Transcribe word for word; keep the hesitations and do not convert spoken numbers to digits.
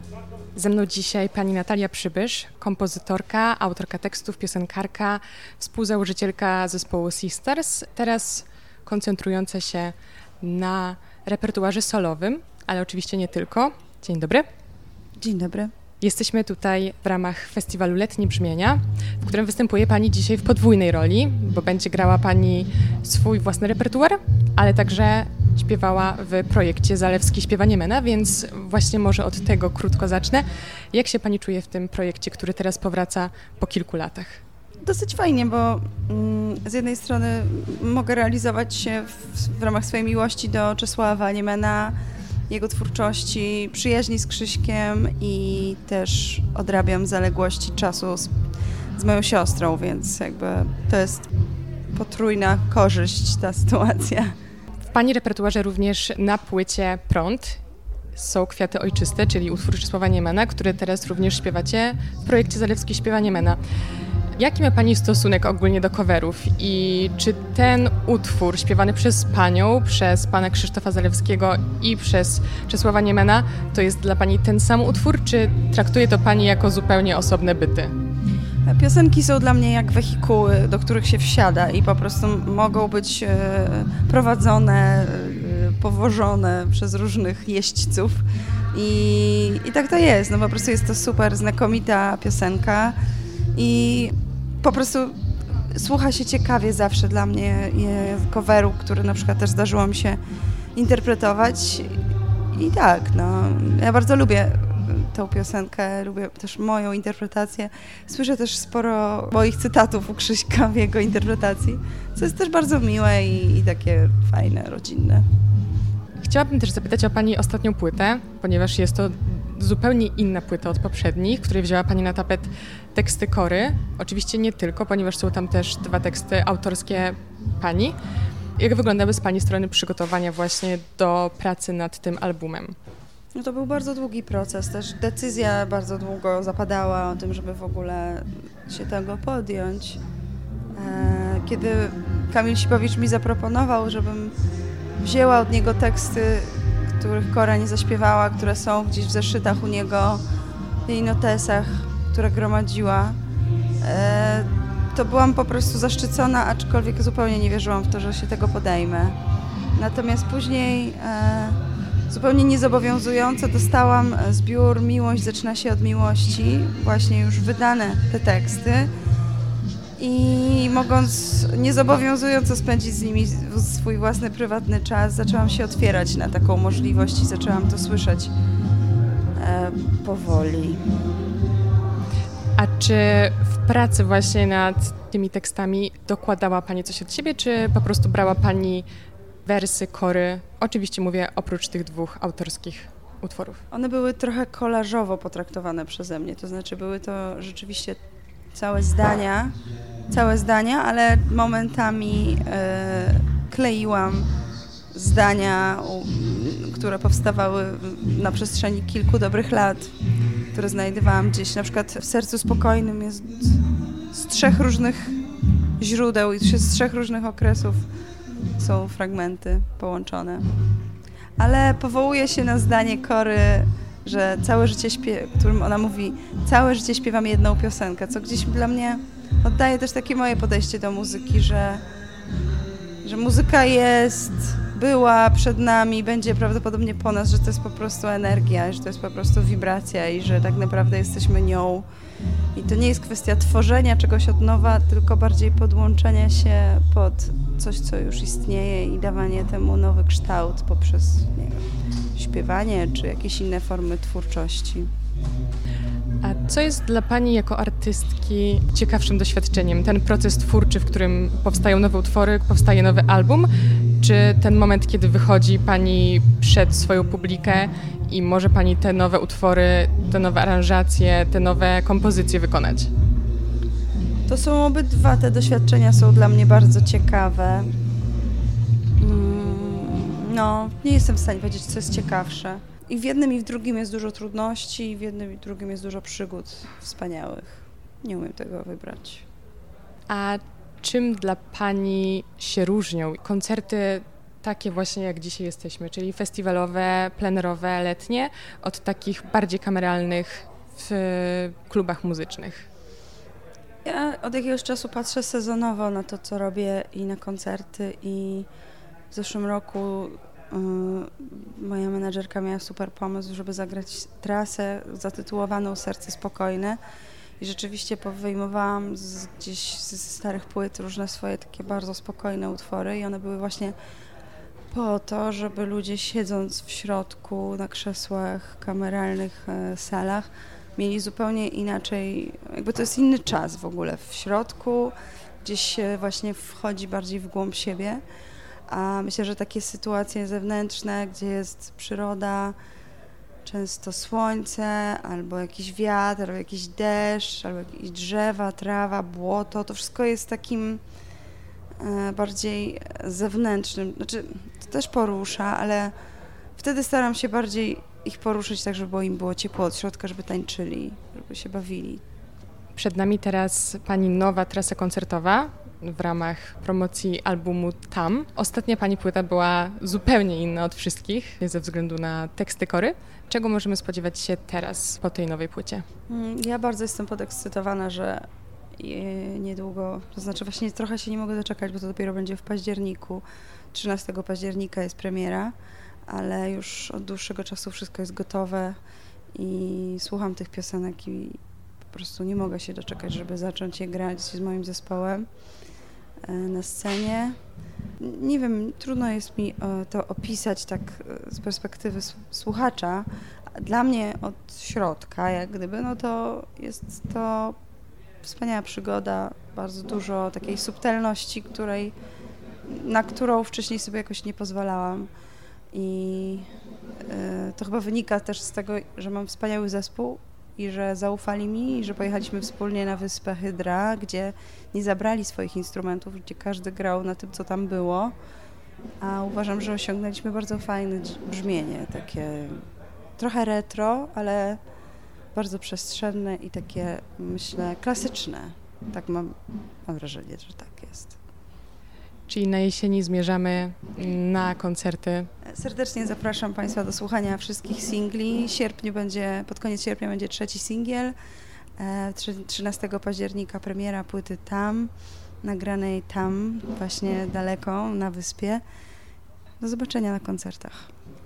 Ze mną dzisiaj pani Natalia Przybysz, kompozytorka, autorka tekstów, piosenkarka, współzałożycielka zespołu Sisters, teraz koncentrująca się na repertuarze solowym, ale oczywiście nie tylko. Dzień dobry. Dzień dobry. Jesteśmy tutaj w ramach festiwalu Letnie Brzmienia, w którym występuje pani dzisiaj w podwójnej roli, bo będzie grała pani swój własny repertuar, ale także śpiewała w projekcie Zalewski Śpiewa Niemena, więc właśnie może od tego krótko zacznę. Jak się pani czuje w tym projekcie, który teraz powraca po kilku latach? Dosyć fajnie, bo mm, z jednej strony mogę realizować się w, w ramach swojej miłości do Czesława Niemena, jego twórczości, przyjaźni z Krzyśkiem i też odrabiam zaległości czasu z, z moją siostrą, więc jakby to jest potrójna korzyść, ta sytuacja. W pani repertuarze również na płycie Prąd są Kwiaty Ojczyste, czyli utwór Czesława Niemena, który teraz również śpiewacie w projekcie Zalewski Śpiewa Niemena. Jaki ma pani stosunek ogólnie do coverów i czy ten utwór śpiewany przez panią, przez pana Krzysztofa Zalewskiego i przez Czesława Niemena to jest dla pani ten sam utwór, czy traktuje to pani jako zupełnie osobne byty? Piosenki są dla mnie jak wehikuły, do których się wsiada i po prostu mogą być e, prowadzone, e, powożone przez różnych jeźdźców i, i tak to jest. No po prostu jest to super znakomita piosenka i po prostu słucha się ciekawie zawsze dla mnie coveru, który na przykład też zdarzyło mi się interpretować i tak, no, ja bardzo lubię tą piosenkę, lubię też moją interpretację. Słyszę też sporo moich cytatów u Krzyśka w jego interpretacji, co jest też bardzo miłe i, i takie fajne, rodzinne. Chciałabym też zapytać o pani ostatnią płytę, ponieważ jest to zupełnie inna płyta od poprzednich, w której wzięła pani na tapet teksty Kory. Oczywiście nie tylko, ponieważ są tam też dwa teksty autorskie pani. Jak wyglądały z pani strony przygotowania właśnie do pracy nad tym albumem? No to był bardzo długi proces, też decyzja bardzo długo zapadała o tym, żeby w ogóle się tego podjąć. Kiedy Kamil Sipowicz mi zaproponował, żebym wzięła od niego teksty, których Kora nie zaśpiewała, które są gdzieś w zeszytach u niego, w jej notesach, które gromadziła, to byłam po prostu zaszczycona, aczkolwiek zupełnie nie wierzyłam w to, że się tego podejmę. Natomiast później zupełnie niezobowiązująco dostałam zbiór Miłość zaczyna się od miłości, właśnie już wydane te teksty i mogąc niezobowiązująco spędzić z nimi swój własny prywatny czas, zaczęłam się otwierać na taką możliwość i zaczęłam to słyszeć e, powoli. A czy w pracy właśnie nad tymi tekstami dokładała pani coś od siebie, czy po prostu brała pani wersy Kory? Oczywiście mówię oprócz tych dwóch autorskich utworów. One były trochę kolażowo potraktowane przeze mnie, to znaczy były to rzeczywiście całe zdania, całe zdania, ale momentami e, kleiłam zdania, u, które powstawały z, na przestrzeni kilku dobrych lat, które znajdowałam gdzieś. Na przykład w Sercu Spokojnym jest z trzech różnych źródeł i z trzech różnych okresów są fragmenty połączone. Ale powołuje się na zdanie Kory, że całe życie śpiew, którym ona mówi, całe życie śpiewam jedną piosenkę, co gdzieś dla mnie oddaje też takie moje podejście do muzyki, że, że muzyka jest, była przed nami, będzie prawdopodobnie po nas, że to jest po prostu energia, że to jest po prostu wibracja i że tak naprawdę jesteśmy nią. I to nie jest kwestia tworzenia czegoś od nowa, tylko bardziej podłączenia się pod coś, co już istnieje i dawanie temu nowy kształt poprzez, nie wiem, śpiewanie czy jakieś inne formy twórczości. A co jest dla pani jako artystki ciekawszym doświadczeniem? Ten proces twórczy, w którym powstają nowe utwory, powstaje nowy album, czy ten moment, kiedy wychodzi pani przed swoją publikę i może pani te nowe utwory, te nowe aranżacje, te nowe kompozycje wykonać? To są obydwa te doświadczenia, są dla mnie bardzo ciekawe. No, nie jestem w stanie powiedzieć, co jest ciekawsze. I w jednym i w drugim jest dużo trudności, i w jednym i w drugim jest dużo przygód wspaniałych. Nie umiem tego wybrać. A czym dla pani się różnią koncerty Takie właśnie jak dzisiaj jesteśmy, czyli festiwalowe, plenerowe, letnie, od takich bardziej kameralnych w klubach muzycznych. Ja od jakiegoś czasu patrzę sezonowo na to, co robię i na koncerty i w zeszłym roku y, moja menadżerka miała super pomysł, żeby zagrać trasę zatytułowaną Serce Spokojne i rzeczywiście powyjmowałam z, gdzieś ze starych płyt różne swoje takie bardzo spokojne utwory i one były właśnie po to, żeby ludzie siedząc w środku na krzesłach, kameralnych e, salach mieli zupełnie inaczej, jakby to jest inny czas w ogóle w środku, gdzieś się właśnie wchodzi bardziej w głąb siebie, a myślę, że takie sytuacje zewnętrzne, gdzie jest przyroda, często słońce, albo jakiś wiatr, albo jakiś deszcz, albo jakieś drzewa, trawa, błoto, to wszystko jest takim e, bardziej zewnętrznym, znaczy to też porusza, ale wtedy staram się bardziej ich poruszyć tak, żeby im było ciepło od środka, żeby tańczyli, żeby się bawili. Przed nami teraz Pani nowa trasa koncertowa w ramach promocji albumu Tam. Ostatnia Pani płyta była zupełnie inna od wszystkich ze względu na teksty kory. Czego możemy spodziewać się teraz po tej nowej płycie? Ja bardzo jestem podekscytowana, że niedługo, to znaczy właśnie trochę się nie mogę doczekać, bo to dopiero będzie w październiku. trzynastego października jest premiera, ale już od dłuższego czasu wszystko jest gotowe i słucham tych piosenek i po prostu nie mogę się doczekać, żeby zacząć je grać z moim zespołem na scenie. Nie wiem, trudno jest mi to opisać tak z perspektywy słuchacza. Dla mnie od środka, jak gdyby, no to jest to wspaniała przygoda, bardzo dużo takiej subtelności, której, na którą wcześniej sobie jakoś nie pozwalałam. I y, to chyba wynika też z tego, że mam wspaniały zespół i że zaufali mi i że pojechaliśmy wspólnie na wyspę Hydra, gdzie nie zabrali swoich instrumentów, gdzie każdy grał na tym, co tam było, a uważam, że osiągnęliśmy bardzo fajne brzmienie, takie trochę retro, ale bardzo przestrzenne i takie, myślę, klasyczne. Tak mam, mam wrażenie, że tak jest. Czyli na jesieni zmierzamy na koncerty. Serdecznie zapraszam Państwa do słuchania wszystkich singli. W sierpniu będzie, pod koniec sierpnia będzie trzeci singiel. trzynastego października premiera płyty Tam, nagranej tam, właśnie daleko, na wyspie. Do zobaczenia na koncertach.